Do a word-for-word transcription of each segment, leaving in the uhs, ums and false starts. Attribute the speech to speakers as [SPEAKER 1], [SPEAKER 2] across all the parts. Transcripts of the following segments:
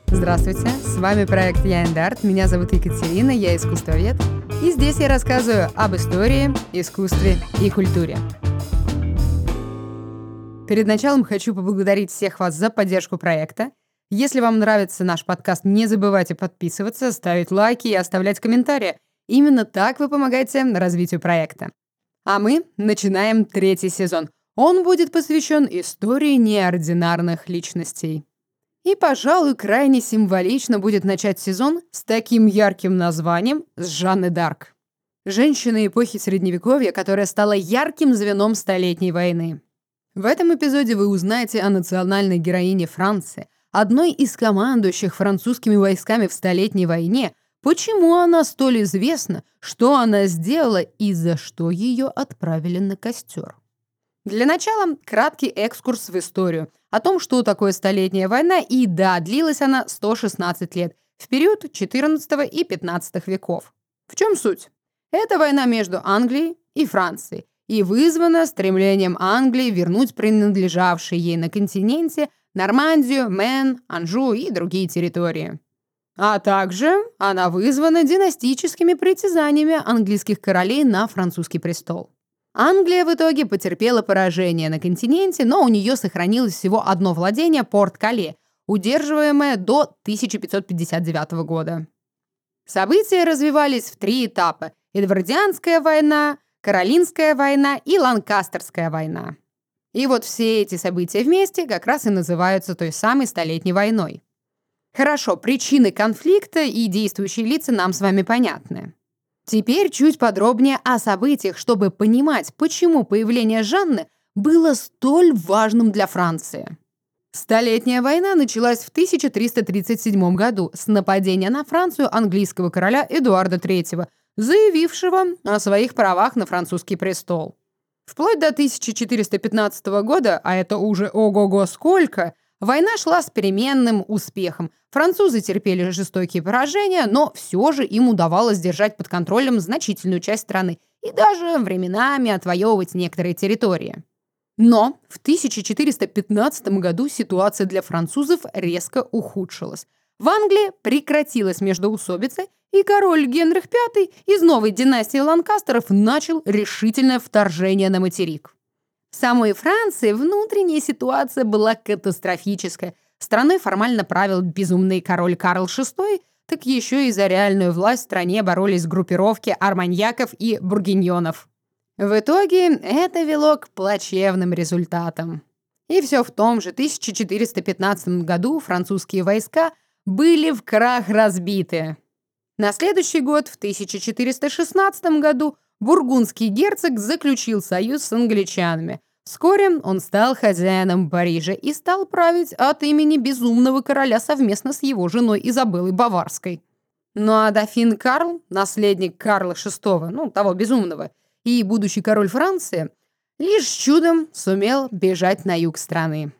[SPEAKER 1] Здравствуйте, с вами проект «Я энд Арт», меня зовут Екатерина, я искусствовед, и здесь я рассказываю об истории, искусстве и культуре. Перед началом хочу поблагодарить всех вас за поддержку проекта. Если вам нравится наш подкаст, не забывайте подписываться, ставить лайки и оставлять комментарии. Именно так вы помогаете развитию проекта. А мы начинаем третий сезон. Он будет посвящен истории неординарных личностей. И, пожалуй, крайне символично будет начать сезон с таким ярким названием – с Жанны д'Арк. Женщины эпохи Средневековья, которая стала ярким звеном Столетней войны. В этом эпизоде вы узнаете о национальной героине Франции, одной из командующих французскими войсками в Столетней войне, почему она столь известна, что она сделала и за что ее отправили на костер. Для начала краткий экскурс в историю о том, что такое Столетняя война, и да, длилась она сто шестнадцать лет, в период четырнадцатого и пятнадцатого веков. В чем суть? Это война между Англией и Францией, и вызвана стремлением Англии вернуть принадлежавшие ей на континенте Нормандию, Мэн, Анжу и другие территории. А также она вызвана династическими притязаниями английских королей на французский престол. Англия в итоге потерпела поражение на континенте, но у нее сохранилось всего одно владение – Порт-Кале, удерживаемое до тысяча пятьсот пятьдесят девятого года. События развивались в три этапа – Эдвардианская война, Каролинская война и Ланкастерская война. И вот все эти события вместе как раз и называются той самой Столетней войной. Хорошо, причины конфликта и действующие лица нам с вами понятны. Теперь чуть подробнее о событиях, чтобы понимать, почему появление Жанны было столь важным для Франции. Столетняя война началась в тысяча триста тридцать седьмом году с нападения на Францию английского короля Эдуарда третьего, заявившего о своих правах на французский престол. Вплоть до тысяча четыреста пятнадцатого года, а это уже ого-го сколько, война шла с переменным успехом. Французы терпели жестокие поражения, но все же им удавалось держать под контролем значительную часть страны и даже временами отвоевывать некоторые территории. Но в тысяча четыреста пятнадцатом году ситуация для французов резко ухудшилась. В Англии прекратилась междоусобица, и король Генрих пятый из новой династии Ланкастеров начал решительное вторжение на материк. В самой Франции внутренняя ситуация была катастрофическая. Страной формально правил безумный король Карл шестой, так еще и за реальную власть в стране боролись группировки арманьяков и бургиньонов. В итоге это вело к плачевным результатам. И все в том же тысяча четыреста пятнадцатом году французские войска были в крах разбиты. На следующий год, в тысяча четыреста шестнадцатом году, бургундский герцог заключил союз с англичанами. Вскоре он стал хозяином Парижа и стал править от имени безумного короля совместно с его женой Изабеллой Баварской. Ну а дофин Карл, наследник Карла шестого, ну, того безумного, и будущий король Франции, лишь чудом сумел бежать на юг страны.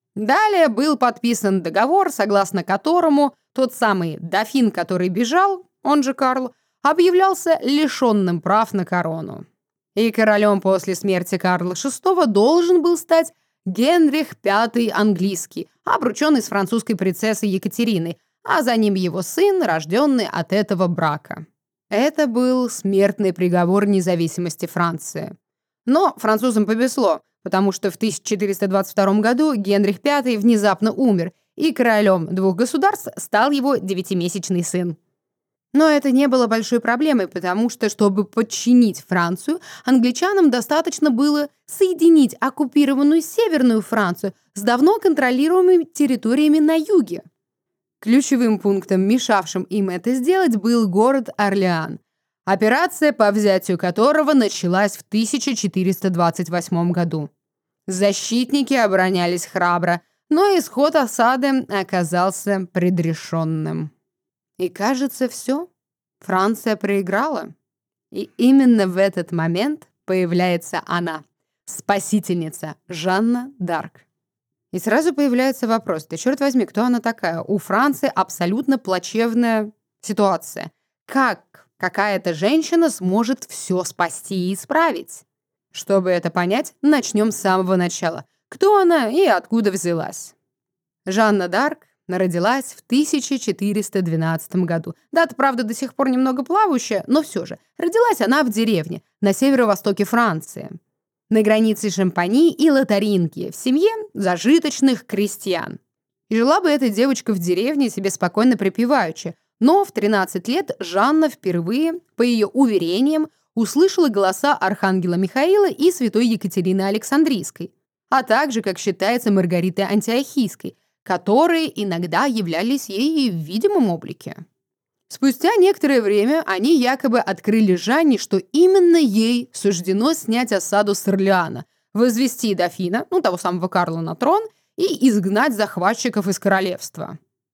[SPEAKER 1] Далее был подписан договор, согласно которому тот самый дофин, который бежал, он же Карл, объявлялся лишенным прав на корону. И королем после смерти Карла шестого должен был стать Генрих пятый английский, обрученный с французской принцессой Екатериной, а за ним его сын, рожденный от этого брака. Это был смертный приговор независимости Франции. Но французам повезло, потому что в тысяча четыреста двадцать втором году Генрих пятый внезапно умер, и королем двух государств стал его девятимесячный сын. Но это не было большой проблемой, потому что, чтобы подчинить Францию, англичанам достаточно было соединить оккупированную Северную Францию с давно контролируемыми территориями на юге. Ключевым пунктом, мешавшим им это сделать, был город Орлеан, операция по взятию которого началась в тысяча четыреста двадцать восьмом году. Защитники оборонялись храбро, но исход осады оказался предрешенным. И кажется, все. Франция проиграла. И именно в этот момент появляется она, спасительница Жанна д'Арк. И сразу появляется вопрос: да черт возьми, кто она такая? У Франции абсолютно плачевная ситуация. Как какая-то женщина сможет все спасти и исправить? Чтобы это понять, начнем с самого начала. Кто она и откуда взялась? Жанна д'Арк Родилась в тысяча четыреста двенадцатом году. Дата, правда, до сих пор немного плавающая, но все же. Родилась она в деревне на северо-востоке Франции, на границе Шампани и Лотаринки, в семье зажиточных крестьян. И жила бы эта девочка в деревне себе спокойно припеваючи, но в тринадцать лет Жанна впервые, по ее уверениям, услышала голоса архангела Михаила и святой Екатерины Александрийской, а также, как считается, Маргариты Антиохийской, которые иногда являлись ей и в видимом облике. Спустя некоторое время они якобы открыли Жанне, что именно ей суждено снять осаду с Орлеана, возвести дофина, ну того самого Карла, на трон и изгнать захватчиков из королевства.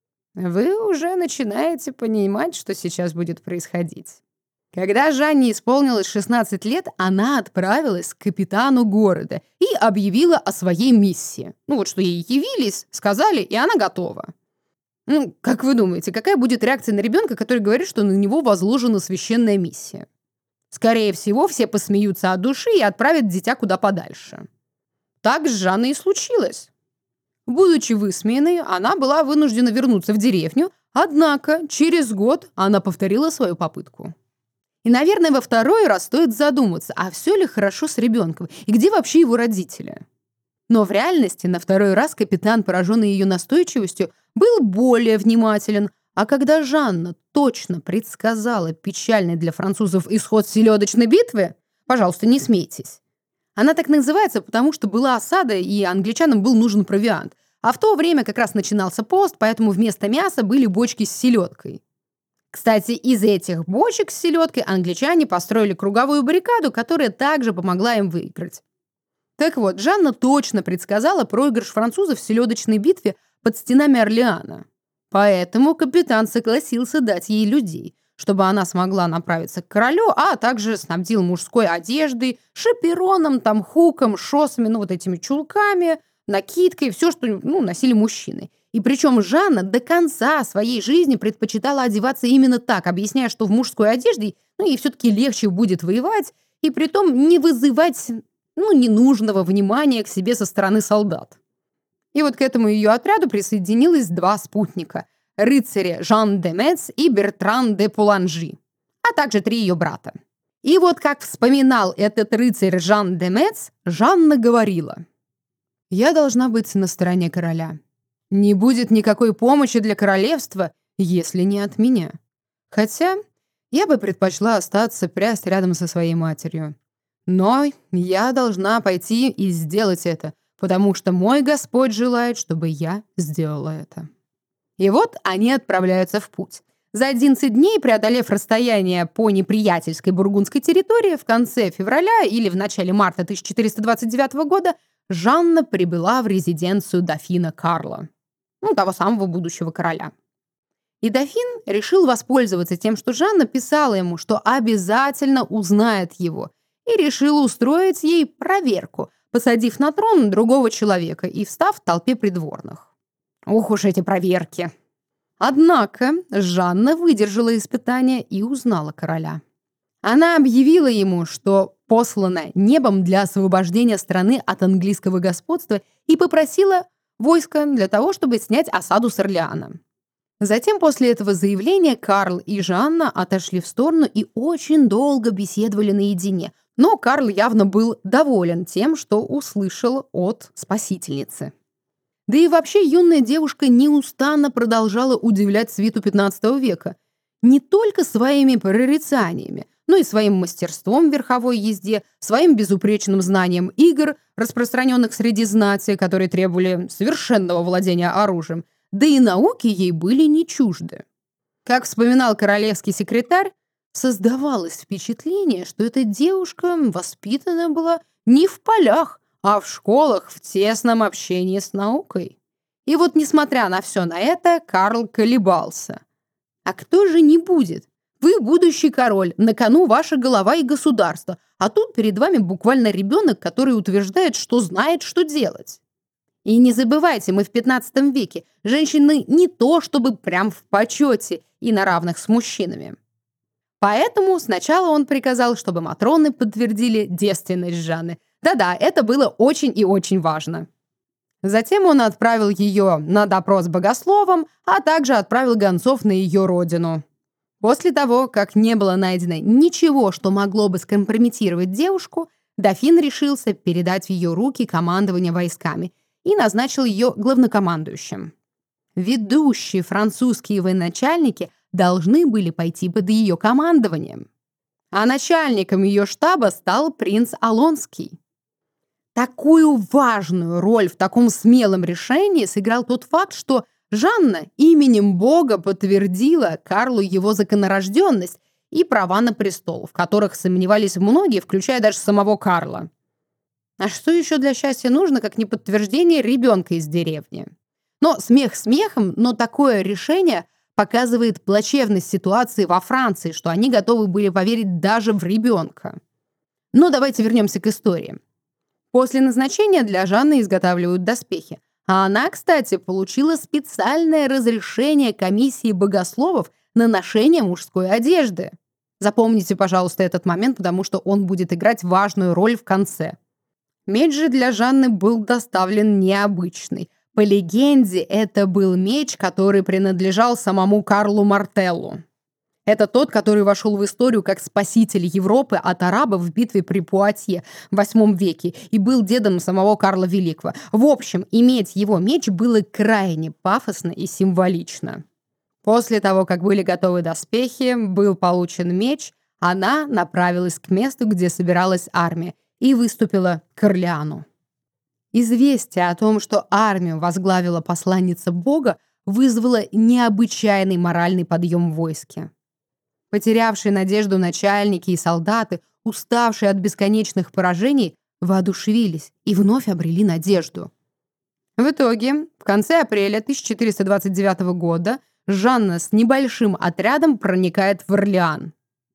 [SPEAKER 1] Вы уже начинаете понимать, что сейчас будет происходить. Когда Жанне исполнилось шестнадцать лет, она отправилась к капитану города и объявила о своей миссии. Ну вот что ей явились, сказали, и она готова. Ну, как вы думаете, какая будет реакция на ребенка, который говорит, что на него возложена священная миссия? Скорее всего, все посмеются от души и отправят дитя куда подальше. Так с Жанной и случилось. Будучи высмеянной, она была вынуждена вернуться в деревню, однако через год она повторила свою попытку. И, наверное, во второй раз стоит задуматься, а все ли хорошо с ребенком, и где вообще его родители. Но в реальности на второй раз капитан, пораженный ее настойчивостью, был более внимателен, а когда Жанна точно предсказала печальный для французов исход селедочной битвы, пожалуйста, не смейтесь. Она так называется, потому что была осада, и англичанам был нужен провиант. А в то время как раз начинался пост, поэтому вместо мяса были бочки с селедкой. Кстати, из этих бочек с селедкой англичане построили круговую баррикаду, которая также помогла им выиграть. Так вот, Жанна точно предсказала проигрыш французов в селедочной битве под стенами Орлеана. Поэтому капитан согласился дать ей людей, чтобы она смогла направиться к королю, а также снабдил мужской одеждой, шапероном, там, хуком, шоссами, ну вот этими чулками, накидкой, все, что ну, носили мужчины. И причем Жанна до конца своей жизни предпочитала одеваться именно так, объясняя, что в мужской одежде ну, ей все-таки легче будет воевать, и притом не вызывать ну, ненужного внимания к себе со стороны солдат. И вот к этому ее отряду присоединилось два спутника – рыцари Жан де Метz и Бертран де Пуланжи, а также три ее брата. И вот как вспоминал этот рыцарь Жан де Метz, Жанна говорила: «Я должна быть на стороне короля. Не будет никакой помощи для королевства, если не от меня. Хотя я бы предпочла остаться прясть рядом со своей матерью. Но я должна пойти и сделать это, потому что мой Господь желает, чтобы я сделала это». И вот они отправляются в путь. За одиннадцать дней, преодолев расстояние по неприятельской бургундской территории, в конце февраля или в начале марта тысяча четыреста двадцать девятого года Жанна прибыла в резиденцию дофина Карла, ну, того самого будущего короля. И дофин решил воспользоваться тем, что Жанна писала ему, что обязательно узнает его, и решил устроить ей проверку, посадив на трон другого человека и встав в толпе придворных. Ох уж эти проверки! Однако Жанна выдержала испытание и узнала короля. Она объявила ему, что послана небом для освобождения страны от английского господства, и попросила войско для того, чтобы снять осаду с Орлеана. Затем после этого заявления Карл и Жанна отошли в сторону и очень долго беседовали наедине, но Карл явно был доволен тем, что услышал от спасительницы. Да и вообще юная девушка неустанно продолжала удивлять свиту пятнадцатого века не только своими прорицаниями, но и своим мастерством в верховой езде, своим безупречным знанием игр, распространенных среди знати, которые требовали совершенного владения оружием, да и науки ей были не чужды. Как вспоминал королевский секретарь, создавалось впечатление, что эта девушка воспитана была не в полях, а в школах в тесном общении с наукой. И вот, несмотря на все на это, Карл колебался. А кто же не будет? Вы будущий король, на кону ваша голова и государство, а тут перед вами буквально ребенок, который утверждает, что знает, что делать. И не забывайте, мы в пятнадцатом веке. Женщины не то чтобы прям в почете и на равных с мужчинами. Поэтому сначала он приказал, чтобы матроны подтвердили девственность Жанны. Да-да, это было очень и очень важно. Затем он отправил ее на допрос богословам, а также отправил гонцов на ее родину. После того, как не было найдено ничего, что могло бы скомпрометировать девушку, дофин решился передать в ее руки командование войсками и назначил ее главнокомандующим. Ведущие французские военачальники должны были пойти под ее командованием. А начальником ее штаба стал принц Алонский. Такую важную роль в таком смелом решении сыграл тот факт, что Жанна именем Бога подтвердила Карлу его законорожденность и права на престол, в которых сомневались многие, включая даже самого Карла. А что еще для счастья нужно, как не подтверждение ребенка из деревни? Но смех смехом, но такое решение показывает плачевность ситуации во Франции, что они готовы были поверить даже в ребенка. Но давайте вернемся к истории. После назначения для Жанны изготавливают доспехи. А она, кстати, получила специальное разрешение комиссии богословов на ношение мужской одежды. Запомните, пожалуйста, этот момент, потому что он будет играть важную роль в конце. Меч же для Жанны был доставлен необычный. По легенде, это был меч, который принадлежал самому Карлу Мартеллу. Это тот, который вошел в историю как спаситель Европы от арабов в битве при Пуатье в восьмом веке и был дедом самого Карла Великого. В общем, иметь его меч было крайне пафосно и символично. После того, как были готовы доспехи, был получен меч, она направилась к месту, где собиралась армия, и выступила к Орлеану. Известие о том, что армию возглавила посланница Бога, вызвало необычайный моральный подъем в войске. Потерявшие надежду начальники и солдаты, уставшие от бесконечных поражений, воодушевились и вновь обрели надежду. В итоге, в конце апреля тысяча четыреста двадцать девятого года Жанна с небольшим отрядом проникает в Орлеан.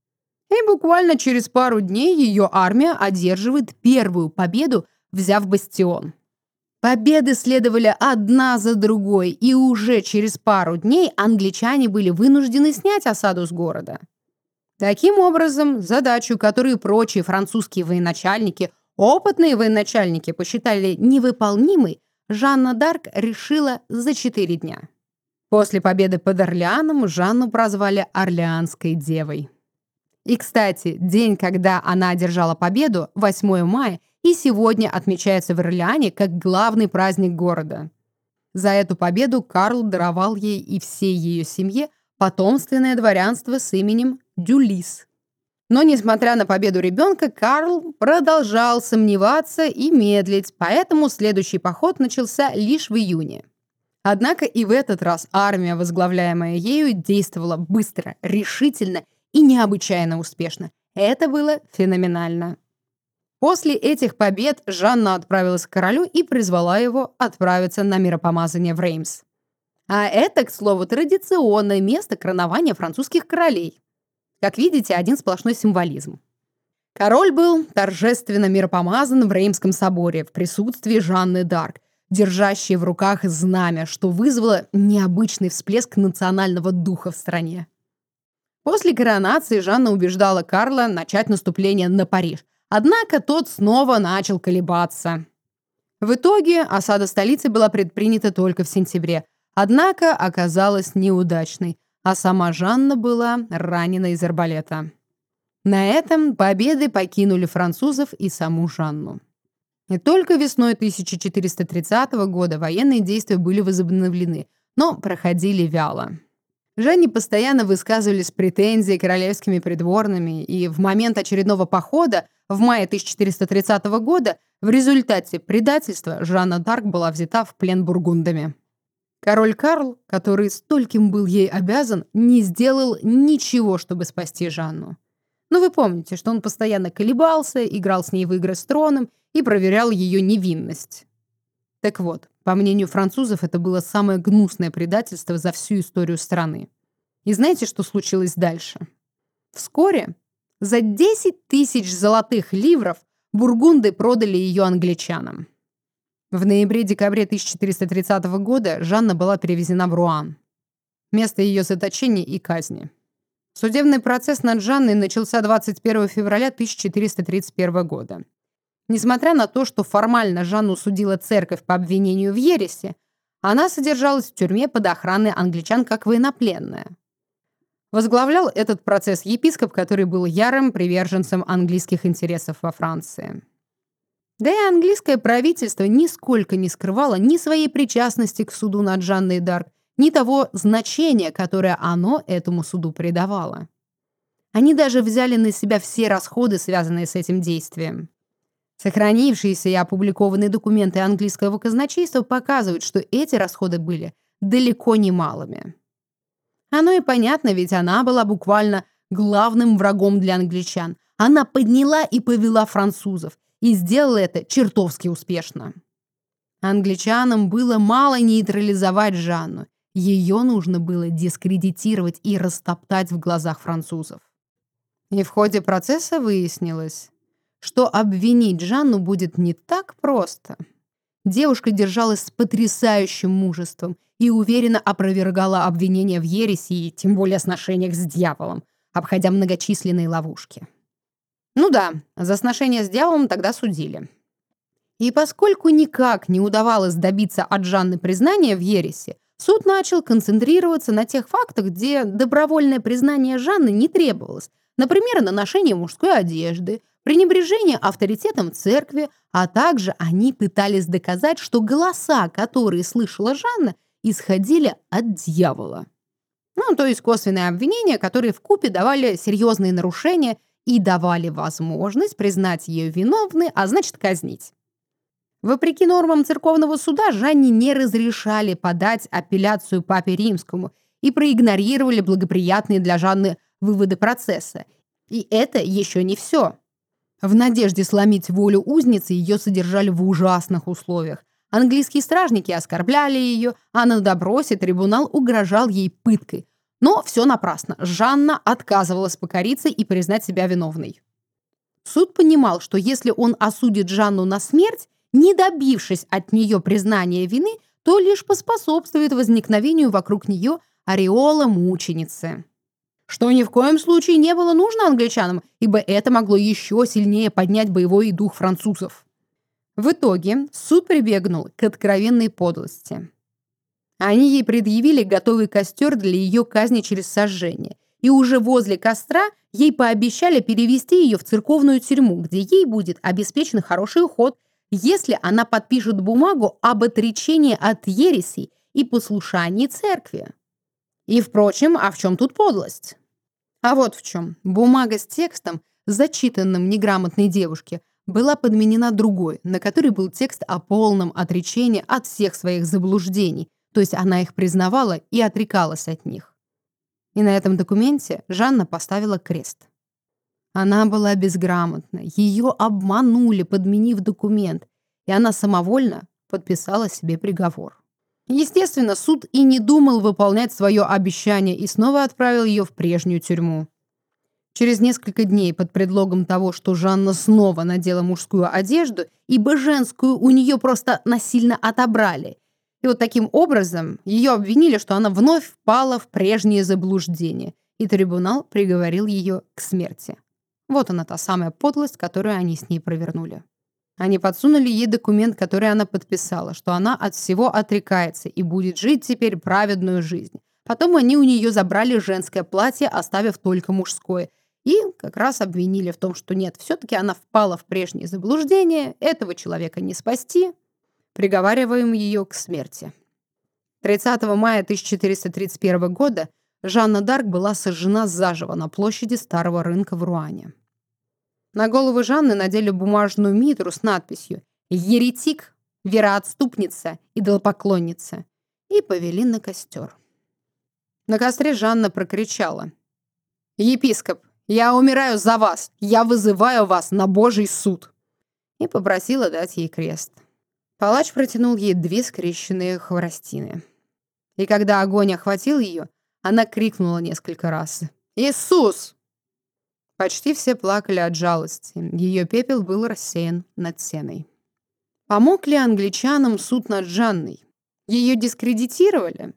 [SPEAKER 1] И буквально через пару дней ее армия одерживает первую победу, взяв бастион. Победы следовали одна за другой, и уже через пару дней англичане были вынуждены снять осаду с города. Таким образом, задачу, которую прочие французские военачальники, опытные военачальники посчитали невыполнимой, Жанна д'Арк решила за четыре дня. После победы под Орлеаном Жанну прозвали Орлеанской девой. И, кстати, день, когда она одержала победу, восьмое мая, и сегодня отмечается в Орлеане как главный праздник города. За эту победу Карл даровал ей и всей ее семье потомственное дворянство с именем Дюлис. Но, несмотря на победу ребенка, Карл продолжал сомневаться и медлить, поэтому следующий поход начался лишь в июне. Однако и в этот раз армия, возглавляемая ею, действовала быстро, решительно и необычайно успешно. Это было феноменально. После этих побед Жанна отправилась к королю и призвала его отправиться на миропомазание в Реймс. А это, к слову, традиционное место коронования французских королей. Как видите, один сплошной символизм. Король был торжественно миропомазан в Реймском соборе в присутствии Жанны д'Арк, держащей в руках знамя, что вызвало необычный всплеск национального духа в стране. После коронации Жанна убеждала Карла начать наступление на Париж, однако тот снова начал колебаться. В итоге осада столицы была предпринята только в сентябре, однако оказалась неудачной, а сама Жанна была ранена из арбалета. На этом победы покинули французов и саму Жанну. И только весной тысяча четыреста тридцатого года военные действия были возобновлены, но проходили вяло. Жанне постоянно высказывались претензии королевскими придворными, и в момент очередного похода в мае тысяча четыреста тридцатого года в результате предательства Жанна д'Арк была взята в плен бургундами. Король Карл, который стольким был ей обязан, не сделал ничего, чтобы спасти Жанну. Но вы помните, что он постоянно колебался, играл с ней в игры с троном и проверял ее невинность. Так вот, по мнению французов, это было самое гнусное предательство за всю историю страны. И знаете, что случилось дальше? Вскоре за десять тысяч золотых ливров бургунды продали ее англичанам. В ноябре-декабре тысяча четыреста тридцатого года Жанна была перевезена в Руан. Место ее заточения и казни. Судебный процесс над Жанной начался двадцать первого февраля тысяча четыреста тридцать первого года. Несмотря на то, что формально Жанну судила церковь по обвинению в ереси, она содержалась в тюрьме под охраной англичан как военнопленная. Возглавлял этот процесс епископ, который был ярым приверженцем английских интересов во Франции. Да и английское правительство нисколько не скрывало ни своей причастности к суду над Жанной д'Арк, ни того значения, которое оно этому суду придавало. Они даже взяли на себя все расходы, связанные с этим действием. Сохранившиеся и опубликованные документы английского казначейства показывают, что эти расходы были далеко не малыми. Оно и понятно, ведь она была буквально главным врагом для англичан. Она подняла и повела французов, и сделала это чертовски успешно. Англичанам было мало нейтрализовать Жанну. Ее нужно было дискредитировать и растоптать в глазах французов. И в ходе процесса выяснилось, что обвинить Жанну будет не так просто. Девушка держалась с потрясающим мужеством и уверенно опровергала обвинения в ереси и тем более сношениях с дьяволом, обходя многочисленные ловушки. Ну да, за сношение с дьяволом тогда судили. И поскольку никак не удавалось добиться от Жанны признания в ересе, суд начал концентрироваться на тех фактах, где добровольное признание Жанны не требовалось, например, на ношении мужской одежды, пренебрежение авторитетом церкви, а также они пытались доказать, что голоса, которые слышала Жанна, исходили от дьявола. Ну, то есть косвенные обвинения, которые вкупе давали серьезные нарушения и давали возможность признать ее виновной, а значит казнить. Вопреки нормам церковного суда, Жанне не разрешали подать апелляцию Папе Римскому и проигнорировали благоприятные для Жанны выводы процесса. И это еще не все. В надежде сломить волю узницы ее содержали в ужасных условиях. Английские стражники оскорбляли ее, а на допросе трибунал угрожал ей пыткой. Но все напрасно. Жанна отказывалась покориться и признать себя виновной. Суд понимал, что если он осудит Жанну на смерть, не добившись от нее признания вины, то лишь поспособствует возникновению вокруг нее ореола мученицы. Что ни в коем случае не было нужно англичанам, ибо это могло еще сильнее поднять боевой дух французов. В итоге суд прибегнул к откровенной подлости. Они ей предъявили готовый костер для ее казни через сожжение, и уже возле костра ей пообещали перевести ее в церковную тюрьму, где ей будет обеспечен хороший уход, если она подпишет бумагу об отречении от ересей и послушании церкви. И, впрочем, а в чем тут подлость? А вот в чем. Бумага с текстом, зачитанным неграмотной девушке, была подменена другой, на которой был текст о полном отречении от всех своих заблуждений, то есть она их признавала и отрекалась от них. И на этом документе Жанна поставила крест. Она была безграмотна, ее обманули, подменив документ, и она самовольно подписала себе приговор. Естественно, суд и не думал выполнять свое обещание и снова отправил ее в прежнюю тюрьму. Через несколько дней под предлогом того, что Жанна снова надела мужскую одежду, ибо женскую у нее просто насильно отобрали, и вот таким образом ее обвинили, что она вновь впала в прежние заблуждения, и трибунал приговорил ее к смерти. Вот она, та самая подлость, которую они с ней провернули. Они подсунули ей документ, который она подписала, что она от всего отрекается и будет жить теперь праведную жизнь. Потом они у нее забрали женское платье, оставив только мужское. И как раз обвинили в том, что нет, все-таки она впала в прежние заблуждения, этого человека не спасти. Приговариваем ее к смерти. тридцатого мая тысяча четыреста тридцать первого года Жанна д'Арк была сожжена заживо на площади Старого рынка в Руане. На голову Жанны надели бумажную митру с надписью «Еретик, вероотступница, идолопоклонница» и повели на костер. На костре Жанна прокричала: «Епископ, я умираю за вас, я вызываю вас на Божий суд!» и попросила дать ей крест. Палач протянул ей две скрещенные хворостины. И когда огонь охватил ее, она крикнула несколько раз: «Иисус!» Почти все плакали от жалости. Ее пепел был рассеян над сеной. Помог ли англичанам суд над Жанной? Ее дискредитировали?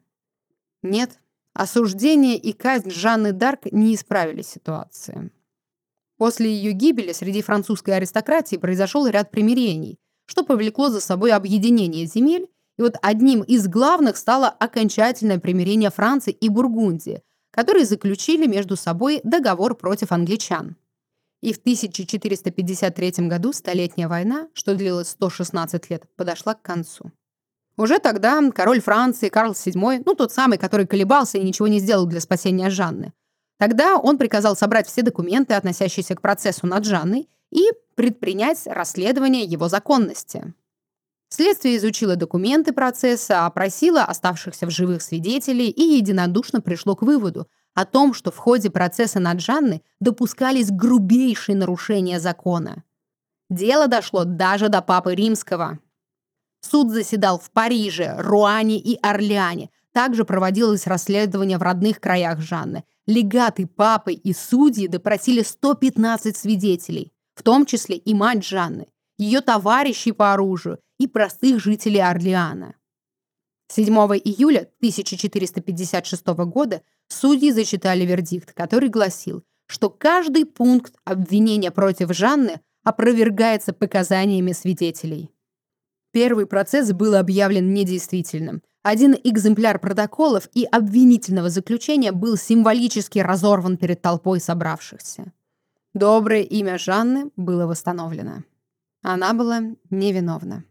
[SPEAKER 1] Нет. Осуждение и казнь Жанны д'Арк не исправили ситуацию. После ее гибели среди французской аристократии произошел ряд примирений, что повлекло за собой объединение земель, и вот одним из главных стало окончательное примирение Франции и Бургундии, которые заключили между собой договор против англичан. И в тысяча четыреста пятьдесят третьем году Столетняя война, что длилась сто шестнадцать лет, подошла к концу. Уже тогда король Франции Карл седьмой, ну тот самый, который колебался и ничего не сделал для спасения Жанны, тогда он приказал собрать все документы, относящиеся к процессу над Жанной, и предпринять расследование его законности. Следствие изучило документы процесса, опросило оставшихся в живых свидетелей и единодушно пришло к выводу о том, что в ходе процесса над Жанной допускались грубейшие нарушения закона. Дело дошло даже до Папы Римского. Суд заседал в Париже, Руане и Орлеане. Также проводилось расследование в родных краях Жанны. Легаты папы и судьи допросили сто пятнадцать свидетелей, в том числе и мать Жанны, ее товарищей по оружию и простых жителей Орлеана. седьмого июля тысяча четыреста пятьдесят шестого года судьи зачитали вердикт, который гласил, что каждый пункт обвинения против Жанны опровергается показаниями свидетелей. Первый процесс был объявлен недействительным. Один экземпляр протоколов и обвинительного заключения был символически разорван перед толпой собравшихся. Доброе имя Жанны было восстановлено. Она была невиновна.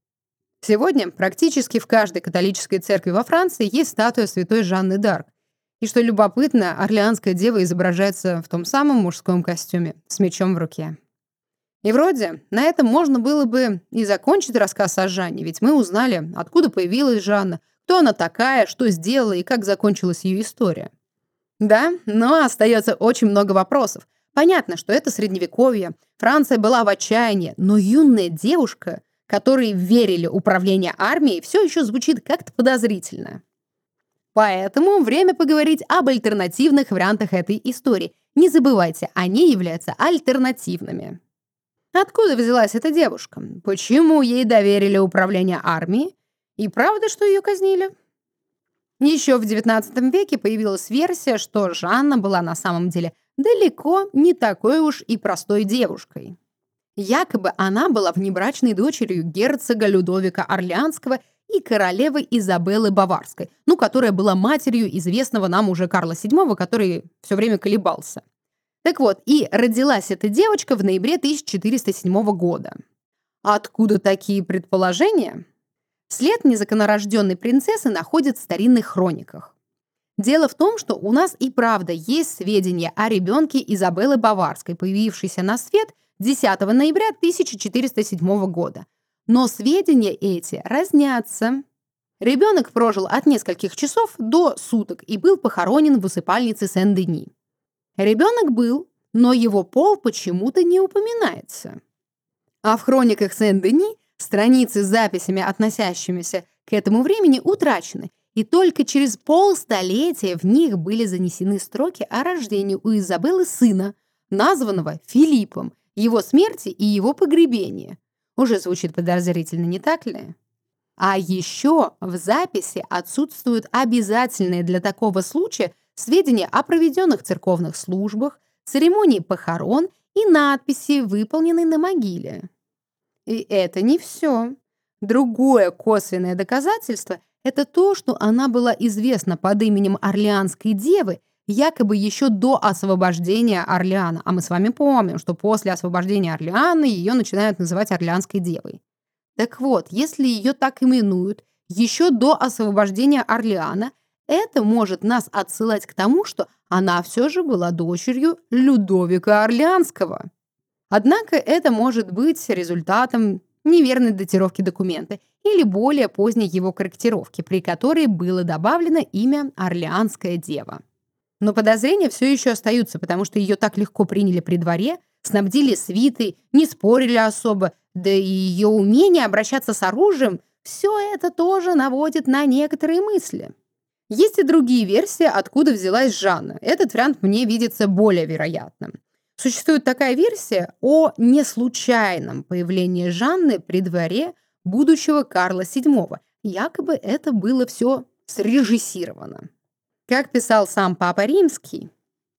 [SPEAKER 1] Сегодня практически в каждой католической церкви во Франции есть статуя святой Жанны д'Арк. И что любопытно, Орлеанская дева изображается в том самом мужском костюме с мечом в руке. И вроде на этом можно было бы и закончить рассказ о Жанне, ведь мы узнали, откуда появилась Жанна, кто она такая, что сделала и как закончилась ее история. Да, но остается очень много вопросов. Понятно, что это средневековье, Франция была в отчаянии, но юная девушка, которой верили управление армией, все еще звучит как-то подозрительно. Поэтому время поговорить об альтернативных вариантах этой истории. Не забывайте, они являются альтернативными. Откуда взялась эта девушка? Почему ей доверили управление армией? И правда, что ее казнили? Еще в девятнадцатом веке появилась версия, что Жанна была на самом деле далеко не такой уж и простой девушкой. Якобы она была внебрачной дочерью герцога Людовика Орлеанского и королевы Изабеллы Баварской, ну, которая была матерью известного нам уже Карла седьмого, который все время колебался. Так вот, и родилась эта девочка в ноябре тысяча четыреста седьмого года. Откуда такие предположения? След незаконнорожденной принцессы находят в старинных хрониках. Дело в том, что у нас и правда есть сведения о ребенке Изабеллы Баварской, появившейся на свет десятого ноября тысяча четыреста седьмого года. Но сведения эти разнятся. Ребенок прожил от нескольких часов до суток и был похоронен в усыпальнице Сен-Дени. Ребенок был, но его пол почему-то не упоминается. А в хрониках Сен-Дени страницы с записями, относящимися к этому времени, утрачены, и только через полстолетия в них были занесены строки о рождении у Изабеллы сына, названного Филиппом, его смерти и его погребении. Уже звучит подозрительно, не так ли? А еще в записи отсутствуют обязательные для такого случая сведения о проведенных церковных службах, церемонии похорон и надписи, выполненной на могиле. И это не все. Другое косвенное доказательство – это то, что она была известна под именем Орлеанской девы якобы еще до освобождения Орлеана. А мы с вами помним, что после освобождения Орлеана ее начинают называть Орлеанской девой. Так вот, если ее так именуют еще до освобождения Орлеана, это может нас отсылать к тому, что она все же была дочерью Людовика Орлеанского. Однако это может быть результатом неверной датировки документа или более поздней его корректировки, при которой было добавлено имя Орлеанская дева. Но подозрения все еще остаются, потому что ее так легко приняли при дворе, снабдили свитой, не спорили особо, да и ее умение обращаться с оружием – все это тоже наводит на некоторые мысли. Есть и другие версии, откуда взялась Жанна. Этот вариант мне видится более вероятным. Существует такая версия о неслучайном появлении Жанны при дворе будущего Карла седьмого. Якобы это было все срежиссировано. Как писал сам Папа Римский,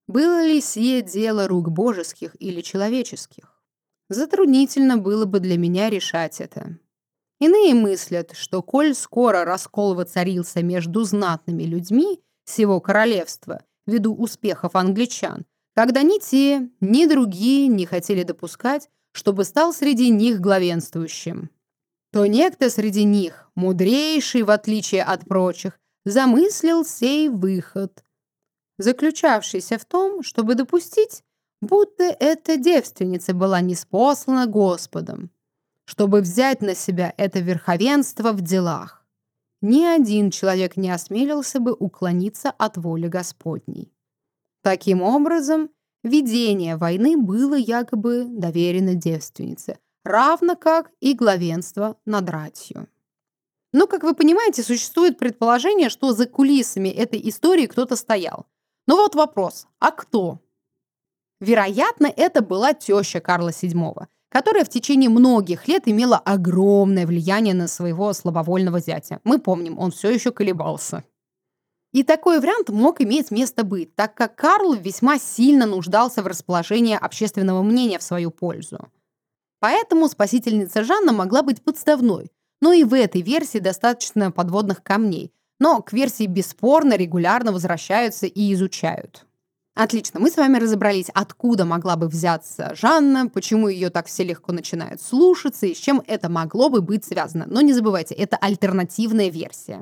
[SPEAKER 1] Было ли сие дело рук божеских или человеческих? Затруднительно было бы для меня решать это. Иные мыслят, что коль скоро раскол воцарился между знатными людьми сего королевства ввиду успехов англичан, когда ни те, ни другие не хотели допускать, чтобы стал среди них главенствующим, то некто среди них, мудрейший в отличие от прочих, замыслил сей выход, заключавшийся в том, чтобы допустить, будто эта девственница была ниспослана Господом, чтобы взять на себя это верховенство в делах. Ни один человек не осмелился бы уклониться от воли Господней. Таким образом, ведение войны было якобы доверено девственнице, равно как и главенство над ратью. Но, как вы понимаете, существует предположение, что за кулисами этой истории кто-то стоял. Но вот вопрос, а кто? Вероятно, это была теща Карла седьмого, которая в течение многих лет имела огромное влияние на своего слабовольного зятя. Мы помним, он все еще колебался. И такой вариант мог иметь место быть, так как Карл весьма сильно нуждался в расположении общественного мнения в свою пользу. Поэтому спасительница Жанна могла быть подставной, но и в этой версии достаточно подводных камней, но к версии бесспорно регулярно возвращаются и изучают. Отлично, мы с вами разобрались, откуда могла бы взяться Жанна, почему ее так все легко начинают слушаться и с чем это могло бы быть связано. Но не забывайте, это альтернативная версия.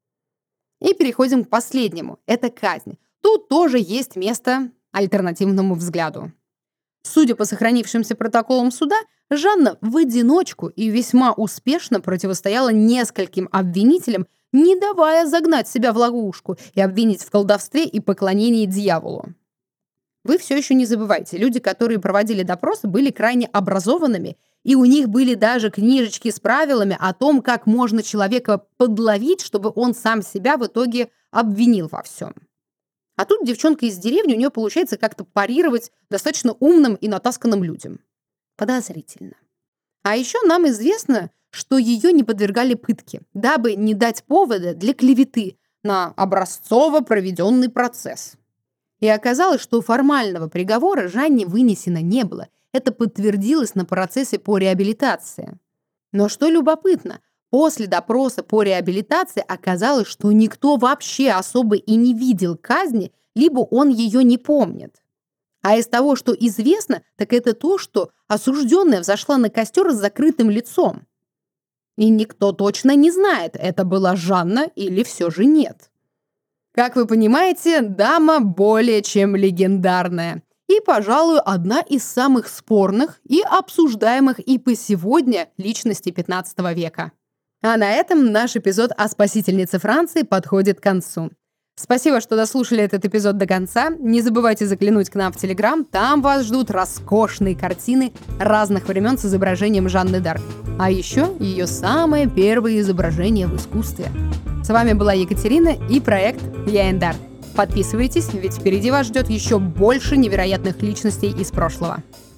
[SPEAKER 1] И переходим к последнему. Это казнь. Тут тоже есть место альтернативному взгляду. Судя по сохранившимся протоколам суда, Жанна в одиночку и весьма успешно противостояла нескольким обвинителям, не давая загнать себя в ловушку и обвинить в колдовстве и поклонении дьяволу. Вы все еще не забывайте, люди, которые проводили допросы, были крайне образованными, и у них были даже книжечки с правилами о том, как можно человека подловить, чтобы он сам себя в итоге обвинил во всем. А тут девчонка из деревни, у нее получается как-то парировать достаточно умным и натасканным людям. Подозрительно. А еще нам известно, что ее не подвергали пытке, дабы не дать повода для клеветы на образцово проведенный процесс. И оказалось, что формального приговора Жанне вынесено не было. Это подтвердилось на процессе по реабилитации. Но что любопытно, после допроса по реабилитации оказалось, что никто вообще особо и не видел казни, либо он ее не помнит. А из того, что известно, так это то, что осужденная взошла на костер с закрытым лицом. И никто точно не знает, это была Жанна или все же нет. Как вы понимаете, дама более чем легендарная. И, пожалуй, одна из самых спорных и обсуждаемых и по сегодня личностей пятнадцатого века. А на этом наш эпизод о спасительнице Франции подходит к концу. Спасибо, что дослушали этот эпизод до конца. Не забывайте заглянуть к нам в Телеграм, там вас ждут роскошные картины разных времен с изображением Жанны д'Арк. А еще ее самое первое изображение в искусстве. С вами была Екатерина и проект «Я Эндар». Подписывайтесь, ведь впереди вас ждет еще больше невероятных личностей из прошлого.